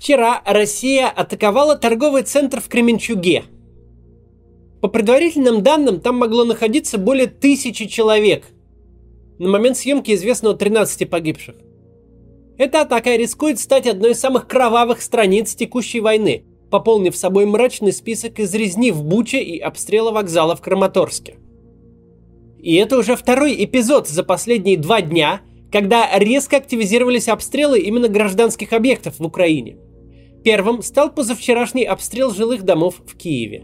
Вчера Россия атаковала торговый центр в Кременчуге. По предварительным данным, там могло находиться более 1000 человек. На момент съемки известно о 13 погибших. Эта атака рискует стать одной из самых кровавых страниц текущей войны, пополнив собой мрачный список из резни в Буче и обстрела вокзала в Краматорске. И это уже второй эпизод за последние 2 дня, когда резко активизировались обстрелы именно гражданских объектов в Украине. Первым стал позавчерашний обстрел жилых домов в Киеве.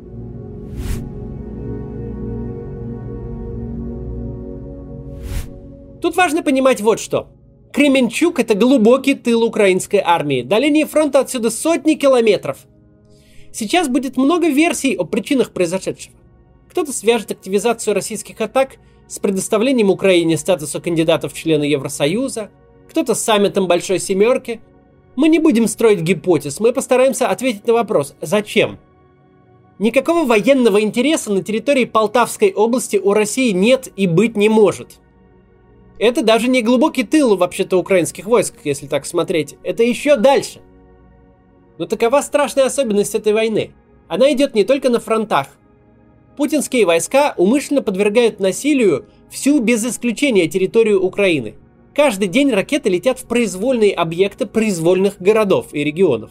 Тут важно понимать вот что. Кременчуг – это глубокий тыл украинской армии. До линии фронта отсюда сотни километров. Сейчас будет много версий о причинах произошедшего. Кто-то свяжет активизацию российских атак с предоставлением Украине статуса кандидата в члены Евросоюза, кто-то с саммитом Большой Семерки. Мы не будем строить гипотез, мы постараемся ответить на вопрос «Зачем?». Никакого военного интереса на территории Полтавской области у России нет и быть не может. Это даже не глубокий тыл вообще-то украинских войск, если так смотреть. Это еще дальше. Но такова страшная особенность этой войны. Она идет не только на фронтах. Путинские войска умышленно подвергают насилию всю без исключения территорию Украины. Каждый день ракеты летят в произвольные объекты произвольных городов и регионов.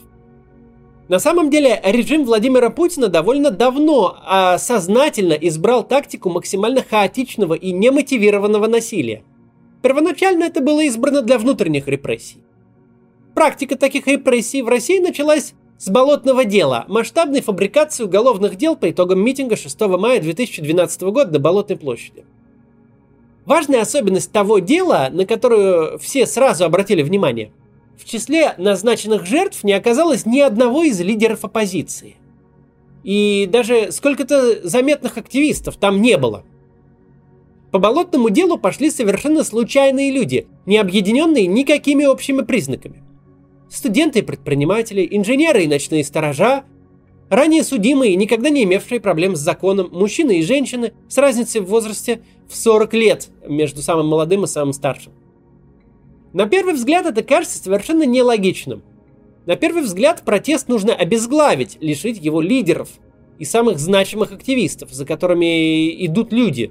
На самом деле режим Владимира Путина довольно давно сознательно избрал тактику максимально хаотичного и немотивированного насилия. Первоначально это было избрано для внутренних репрессий. Практика таких репрессий в России началась с болотного дела, масштабной фабрикации уголовных дел по итогам митинга 6 мая 2012 года на Болотной площади. Важная особенность того дела, на которую все сразу обратили внимание, в числе назначенных жертв не оказалось ни одного из лидеров оппозиции. И даже сколько-то заметных активистов там не было. По болотному делу пошли совершенно случайные люди, не объединенные никакими общими признаками. Студенты и предприниматели, инженеры и ночные сторожа, ранее судимые, никогда не имевшие проблем с законом, мужчины и женщины с разницей в возрасте в 40 лет между самым молодым и самым старшим. На первый взгляд это кажется совершенно нелогичным. На первый взгляд протест нужно обезглавить, лишить его лидеров и самых значимых активистов, за которыми идут люди.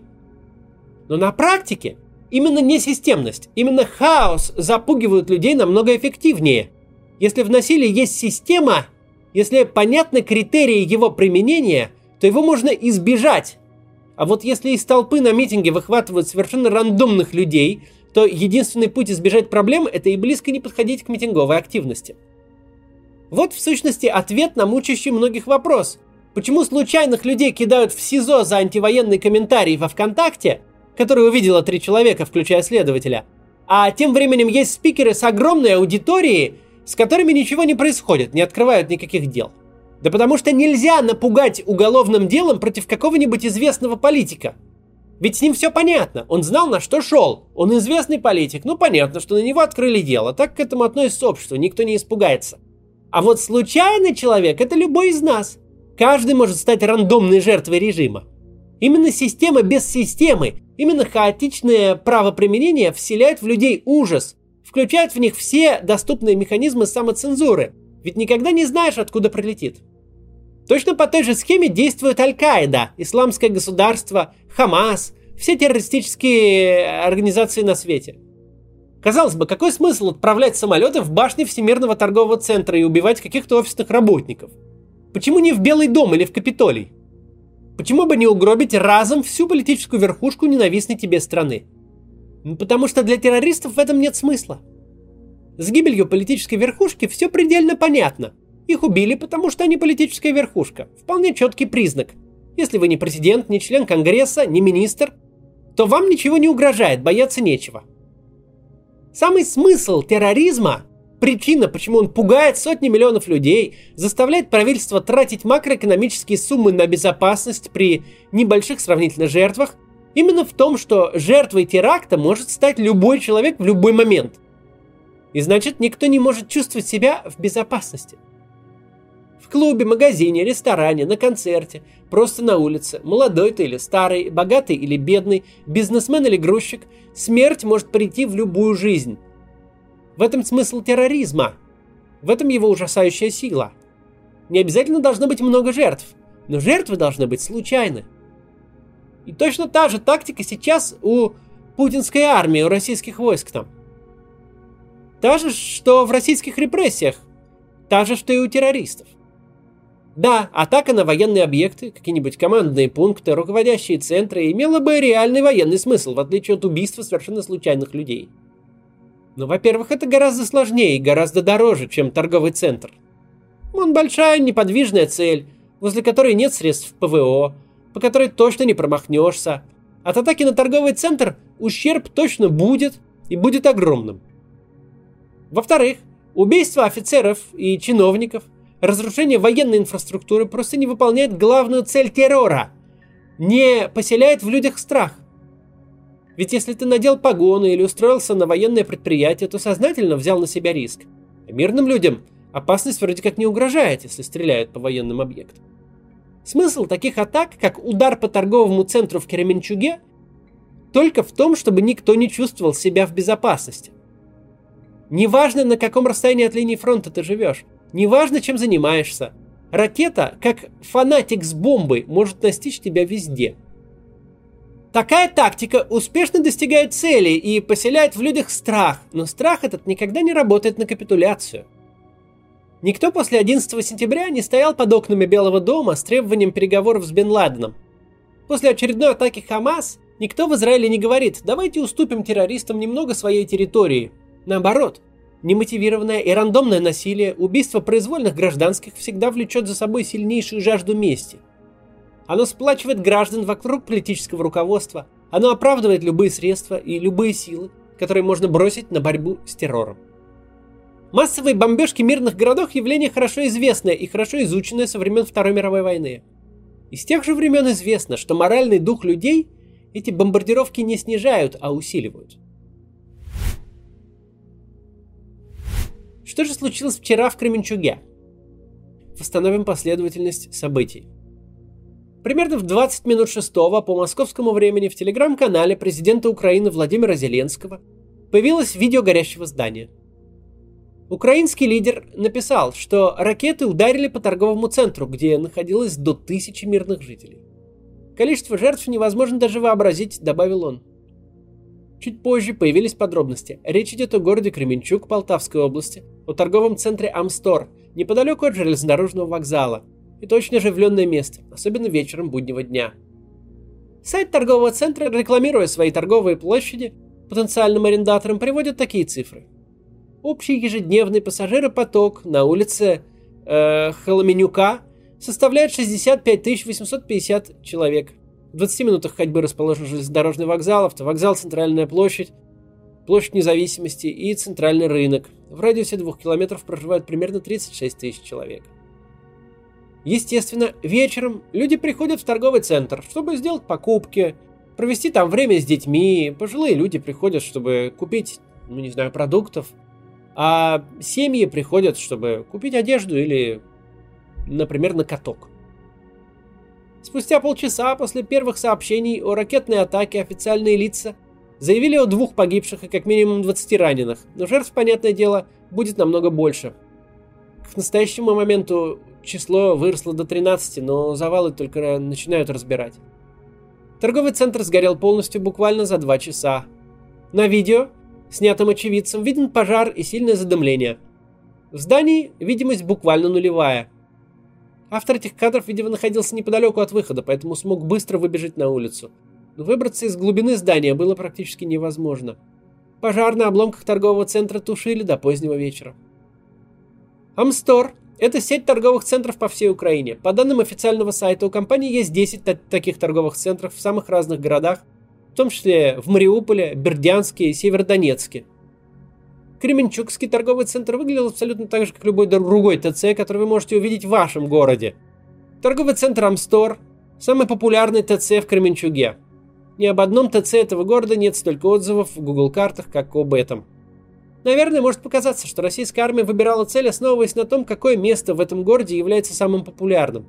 Но на практике именно несистемность, именно хаос запугивают людей намного эффективнее. Если в насилии есть система, если понятны критерии его применения, то его можно избежать. А вот если из толпы на митинге выхватывают совершенно рандомных людей, то единственный путь избежать проблем – это и близко не подходить к митинговой активности. Вот в сущности ответ на мучающий многих вопрос. Почему случайных людей кидают в СИЗО за антивоенный комментарий во ВКонтакте, который увидело 3 человека, включая следователя, а тем временем есть спикеры с огромной аудиторией, с которыми ничего не происходит, не открывают никаких дел. Да потому что нельзя напугать уголовным делом против какого-нибудь известного политика. Ведь с ним все понятно, он знал, на что шел, он известный политик, ну понятно, что на него открыли дело, так к этому относится общество, никто не испугается. А вот случайный человек – это любой из нас. Каждый может стать рандомной жертвой режима. Именно система без системы, именно хаотичное правоприменение вселяет в людей ужас, включает в них все доступные механизмы самоцензуры, ведь никогда не знаешь, откуда прилетит. Точно по той же схеме действует Аль-Каида, Исламское государство, Хамас, все террористические организации на свете. Казалось бы, какой смысл отправлять самолеты в башни Всемирного торгового центра и убивать каких-то офисных работников? Почему не в Белый дом или в Капитолий? Почему бы не угробить разом всю политическую верхушку ненавистной тебе страны? Потому что для террористов в этом нет смысла. С гибелью политической верхушки все предельно понятно. Их убили, потому что они политическая верхушка. Вполне четкий признак. Если вы не президент, не член Конгресса, не министр, то вам ничего не угрожает, бояться нечего. Самый смысл терроризма, причина, почему он пугает сотни миллионов людей, заставляет правительство тратить макроэкономические суммы на безопасность при небольших сравнительно жертвах, именно в том, что жертвой теракта может стать любой человек в любой момент. И значит, никто не может чувствовать себя в безопасности. В клубе, магазине, ресторане, на концерте, просто на улице, молодой ты или старый, богатый или бедный, бизнесмен или грузчик, смерть может прийти в любую жизнь. В этом смысл терроризма. В этом его ужасающая сила. Не обязательно должно быть много жертв, но жертвы должны быть случайны. И точно та же тактика сейчас у путинской армии, у российских войск там. Та же, что в российских репрессиях. Та же, что и у террористов. Да, атака на военные объекты, какие-нибудь командные пункты, руководящие центры имела бы реальный военный смысл, в отличие от убийства совершенно случайных людей. Но, во-первых, это гораздо сложнее и гораздо дороже, чем торговый центр. Он большая неподвижная цель, возле которой нет средств ПВО, по которой точно не промахнешься. От атаки на торговый центр ущерб точно будет, и будет огромным. Во-вторых, убийство офицеров и чиновников, разрушение военной инфраструктуры просто не выполняет главную цель террора – не поселяет в людях страх. Ведь если ты надел погоны или устроился на военное предприятие, то сознательно взял на себя риск. А мирным людям опасность вроде как не угрожает, если стреляют по военным объектам. Смысл таких атак, как удар по торговому центру в Кременчуге, только в том, чтобы никто не чувствовал себя в безопасности. Неважно, на каком расстоянии от линии фронта ты живешь, неважно, чем занимаешься, ракета, как фанатик с бомбой, может настичь тебя везде. Такая тактика успешно достигает цели и поселяет в людях страх, но страх этот никогда не работает на капитуляцию. Никто после 11 сентября не стоял под окнами Белого дома с требованием переговоров с Бен Ладеном. После очередной атаки Хамас никто в Израиле не говорит: давайте уступим террористам немного своей территории. Наоборот, немотивированное и рандомное насилие, убийство произвольных гражданских всегда влечет за собой сильнейшую жажду мести. Оно сплачивает граждан вокруг политического руководства, оно оправдывает любые средства и любые силы, которые можно бросить на борьбу с террором. Массовые бомбежки мирных городов – явление хорошо известное и хорошо изученное со времен Второй мировой войны. И с тех же времен известно, что моральный дух людей эти бомбардировки не снижают, а усиливают. Что же случилось вчера в Кременчуге? Восстановим последовательность событий. Примерно в 20 минут 6 по московскому времени в телеграм-канале президента Украины Владимира Зеленского появилось видео горящего здания. Украинский лидер написал, что ракеты ударили по торговому центру, где находилось до 1000 мирных жителей. Количество жертв невозможно даже вообразить, добавил он. Чуть позже появились подробности. Речь идет о городе Кременчуг Полтавской области, о торговом центре Амстор, неподалеку от железнодорожного вокзала. Это очень оживленное место, особенно вечером буднего дня. Сайт торгового центра, рекламируя свои торговые площади потенциальным арендаторам, приводит такие цифры. Общий ежедневный пассажиропоток на улице Холоменюка составляет 65 850 человек. В 20 минутах ходьбы расположен железнодорожный вокзал, автовокзал, центральная площадь, площадь Независимости и центральный рынок. В радиусе 2 километров проживают примерно 36 тысяч человек. Естественно, вечером люди приходят в торговый центр, чтобы сделать покупки, провести там время с детьми. Пожилые люди приходят, чтобы купить, продуктов. А семьи приходят, чтобы купить одежду или, например, на каток. Спустя полчаса после первых сообщений о ракетной атаке официальные лица заявили о 2 погибших и как минимум 20 раненых, но жертв, понятное дело, будет намного больше. К настоящему моменту число выросло до 13, но завалы только начинают разбирать. Торговый центр сгорел полностью буквально за 2 часа. На видео, снятым очевидцем, виден пожар и сильное задымление. В здании видимость буквально нулевая. Автор этих кадров, видимо, находился неподалеку от выхода, поэтому смог быстро выбежать на улицу. Но выбраться из глубины здания было практически невозможно. Пожар на обломках торгового центра тушили до позднего вечера. Амстор – это сеть торговых центров по всей Украине. По данным официального сайта, у компании есть 10 таких торговых центров в самых разных городах, в том числе в Мариуполе, Бердянске и Северодонецке. Кременчугский торговый центр выглядел абсолютно так же, как любой другой ТЦ, который вы можете увидеть в вашем городе. Торговый центр Амстор – самый популярный ТЦ в Кременчуге. Ни об одном ТЦ этого города нет столько отзывов в Google картах, как об этом. Наверное, может показаться, что российская армия выбирала цель, основываясь на том, какое место в этом городе является самым популярным.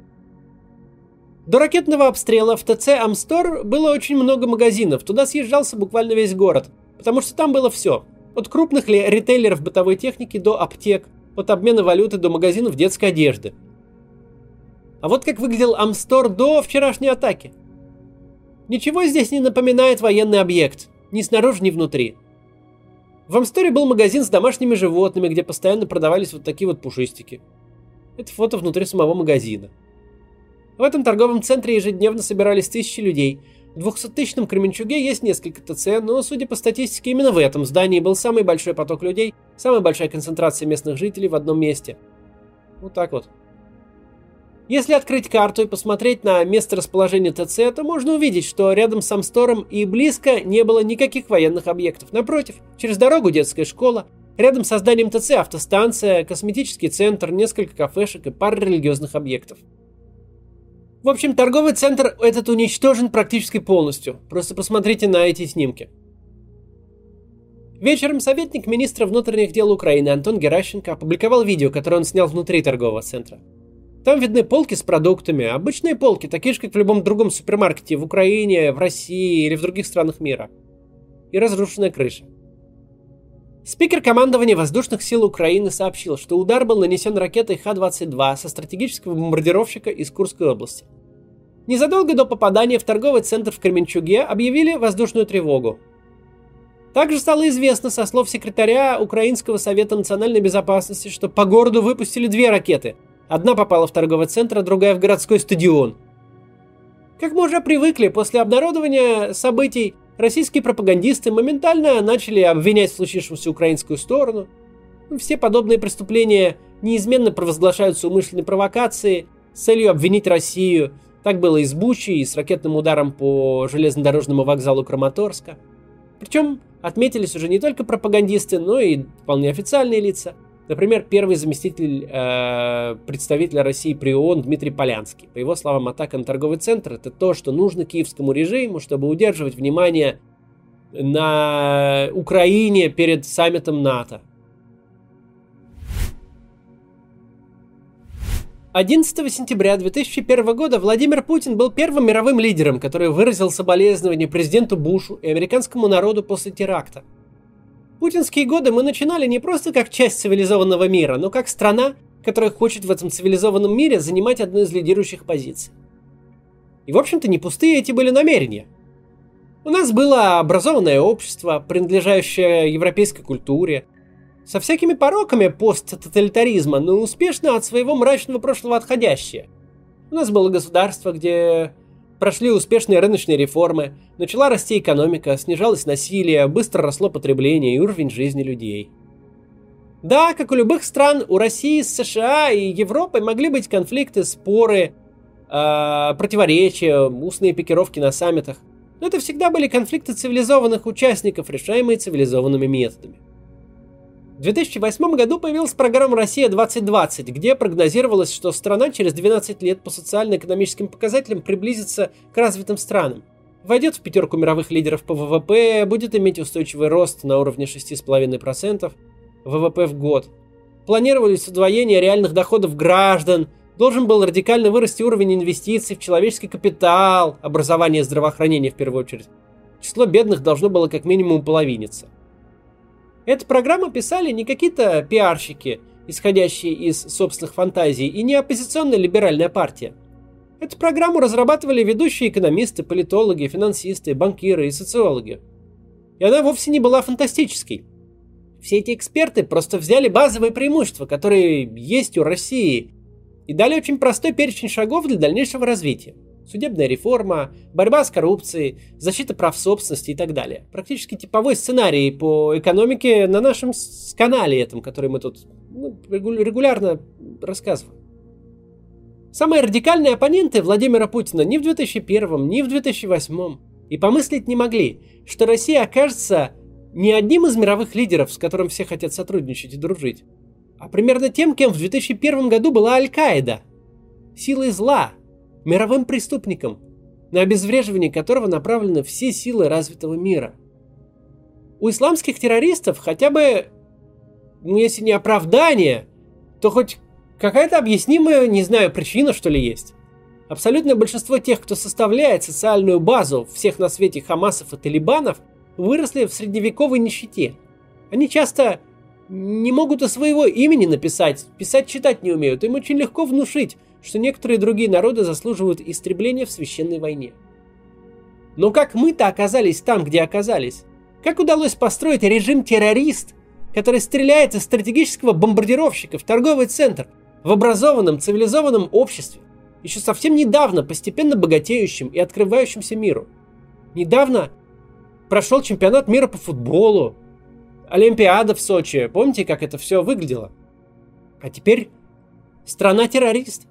До ракетного обстрела в ТЦ Амстор было очень много магазинов, туда съезжался буквально весь город, потому что там было все. От крупных ритейлеров бытовой техники до аптек, от обмена валюты до магазинов детской одежды. А вот как выглядел Амстор до вчерашней атаки. Ничего здесь не напоминает военный объект, ни снаружи, ни внутри. В Амсторе был магазин с домашними животными, где постоянно продавались вот такие вот пушистики. Это фото внутри самого магазина. В этом торговом центре ежедневно собирались тысячи людей. В 200-тысячном Кременчуге есть несколько ТЦ, но, судя по статистике, именно в этом здании был самый большой поток людей, самая большая концентрация местных жителей в одном месте. Вот так вот. Если открыть карту и посмотреть на место расположения ТЦ, то можно увидеть, что рядом с Амстором и близко не было никаких военных объектов. Напротив, через дорогу детская школа, рядом со зданием ТЦ автостанция, косметический центр, несколько кафешек и пара религиозных объектов. В общем, торговый центр этот уничтожен практически полностью. Просто посмотрите на эти снимки. Вечером советник министра внутренних дел Украины Антон Геращенко опубликовал видео, которое он снял внутри торгового центра. Там видны полки с продуктами, обычные полки, такие же, как в любом другом супермаркете в Украине, в России или в других странах мира. И разрушенная крыша. Спикер командования воздушных сил Украины сообщил, что удар был нанесен ракетой Х-22 со стратегического бомбардировщика из Курской области. Незадолго до попадания в торговый центр в Кременчуге объявили воздушную тревогу. Также стало известно со слов секретаря Украинского совета национальной безопасности, что по городу выпустили 2 ракеты. Одна попала в торговый центр, а другая в городской стадион. Как мы уже привыкли, после обнародования событий российские пропагандисты моментально начали обвинять в случившемся украинскую сторону. Все подобные преступления неизменно провозглашаются умышленной провокацией с целью обвинить Россию. Так было и с Бучей, и с ракетным ударом по железнодорожному вокзалу Краматорска. Причем отметились уже не только пропагандисты, но и вполне официальные лица. Например, первый заместитель представителя России при ООН Дмитрий Полянский. По его словам, атака на торговый центр – это то, что нужно киевскому режиму, чтобы удерживать внимание на Украине перед саммитом НАТО. 11 сентября 2001 года Владимир Путин был первым мировым лидером, который выразил соболезнования президенту Бушу и американскому народу после теракта. Путинские годы мы начинали не просто как часть цивилизованного мира, но как страна, которая хочет в этом цивилизованном мире занимать одну из лидирующих позиций. И, в общем-то, не пустые эти были намерения. У нас было образованное общество, принадлежащее европейской культуре, со всякими пороками посттоталитаризма, но успешно от своего мрачного прошлого отходящее. У нас было государство, где прошли успешные рыночные реформы, начала расти экономика, снижалось насилие, быстро росло потребление и уровень жизни людей. Да, как у любых стран, у России с США и Европой могли быть конфликты, споры, противоречия, устные пикировки на саммитах. Но это всегда были конфликты цивилизованных участников, решаемые цивилизованными методами. В 2008 году появилась программа «Россия-2020», где прогнозировалось, что страна через 12 лет по социально-экономическим показателям приблизится к развитым странам. Войдет в 5 мировых лидеров по ВВП, будет иметь устойчивый рост на уровне 6,5% ВВП в год. Планировались удвоение реальных доходов граждан, должен был радикально вырасти уровень инвестиций в человеческий капитал, образование и здравоохранение в первую очередь. Число бедных должно было как минимум уполовиниться. Эту программу писали не какие-то пиарщики, исходящие из собственных фантазий, и не оппозиционная либеральная партия. Эту программу разрабатывали ведущие экономисты, политологи, финансисты, банкиры и социологи. И она вовсе не была фантастической. Все эти эксперты просто взяли базовые преимущества, которые есть у России, и дали очень простой перечень шагов для дальнейшего развития. Судебная реформа, борьба с коррупцией, защита прав собственности и так далее. Практически типовой сценарий по экономике на нашем канале этом, который мы тут регулярно рассказываем. Самые радикальные оппоненты Владимира Путина ни в 2001, ни в 2008 и помыслить не могли, что Россия окажется не одним из мировых лидеров, с которым все хотят сотрудничать и дружить, а примерно тем, кем в 2001 году была Аль-Каида. Силой зла, мировым преступником, на обезвреживание которого направлены все силы развитого мира. У исламских террористов хотя бы, если не оправдание, то хоть какая-то объяснимая, не знаю, причина, что ли, есть. Абсолютное большинство тех, кто составляет социальную базу всех на свете хамасов и талибанов, выросли в средневековой нищете. Они часто не могут и своего имени написать, писать-читать не умеют. Им очень легко внушить, что некоторые другие народы заслуживают истребления в священной войне. Но как мы-то оказались там, где оказались? Как удалось построить режим-террорист, который стреляет из стратегического бомбардировщика в торговый центр, в образованном, цивилизованном обществе, еще совсем недавно постепенно богатеющим и открывающимся миру? Недавно прошел чемпионат мира по футболу, Олимпиада в Сочи. Помните, как это все выглядело? А теперь страна-террорист.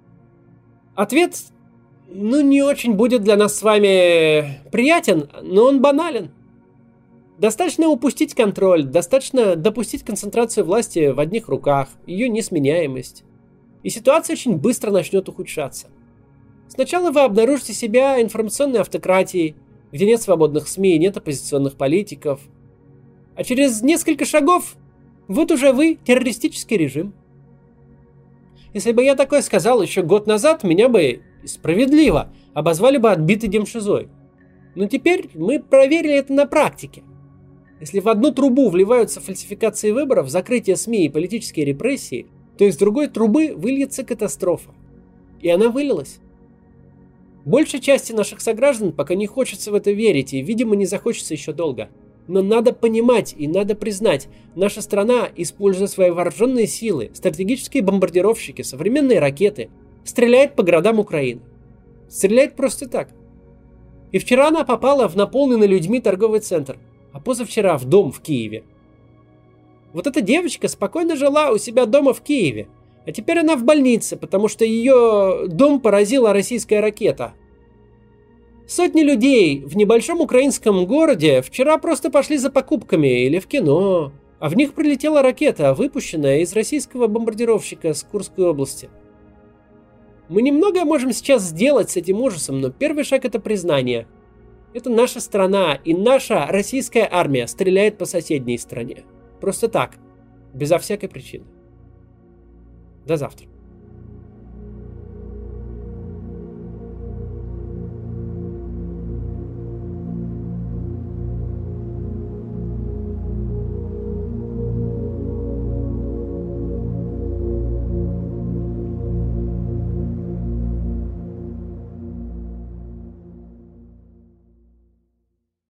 Ответ, не очень будет для нас с вами приятен, но он банален. Достаточно упустить контроль, достаточно допустить концентрацию власти в одних руках, ее несменяемость. И ситуация очень быстро начнет ухудшаться. Сначала вы обнаружите себя информационной автократией, где нет свободных СМИ, нет оппозиционных политиков. А через несколько шагов, вот уже вы террористический режим. Если бы я такое сказал еще год назад, меня бы справедливо обозвали бы отбитой демшизой. Но теперь мы проверили это на практике. Если в одну трубу вливаются фальсификации выборов, закрытие СМИ и политические репрессии, то из другой трубы выльется катастрофа. И она вылилась. Большей части наших сограждан пока не хочется в это верить, и, видимо, не захочется еще долго. Но надо понимать и надо признать, наша страна, используя свои вооруженные силы, стратегические бомбардировщики, современные ракеты, стреляет по городам Украины. Стреляет просто так. И вчера она попала в наполненный людьми торговый центр, а позавчера в дом в Киеве. Вот эта девочка спокойно жила у себя дома в Киеве, а теперь она в больнице, потому что ее дом поразила российская ракета. Сотни людей в небольшом украинском городе вчера просто пошли за покупками или в кино, а в них прилетела ракета, выпущенная из российского бомбардировщика с Курской области. Мы немного можем сейчас сделать с этим ужасом, но первый шаг — это признание. Это наша страна, и наша российская армия стреляет по соседней стране. Просто так, безо всякой причины. До завтра.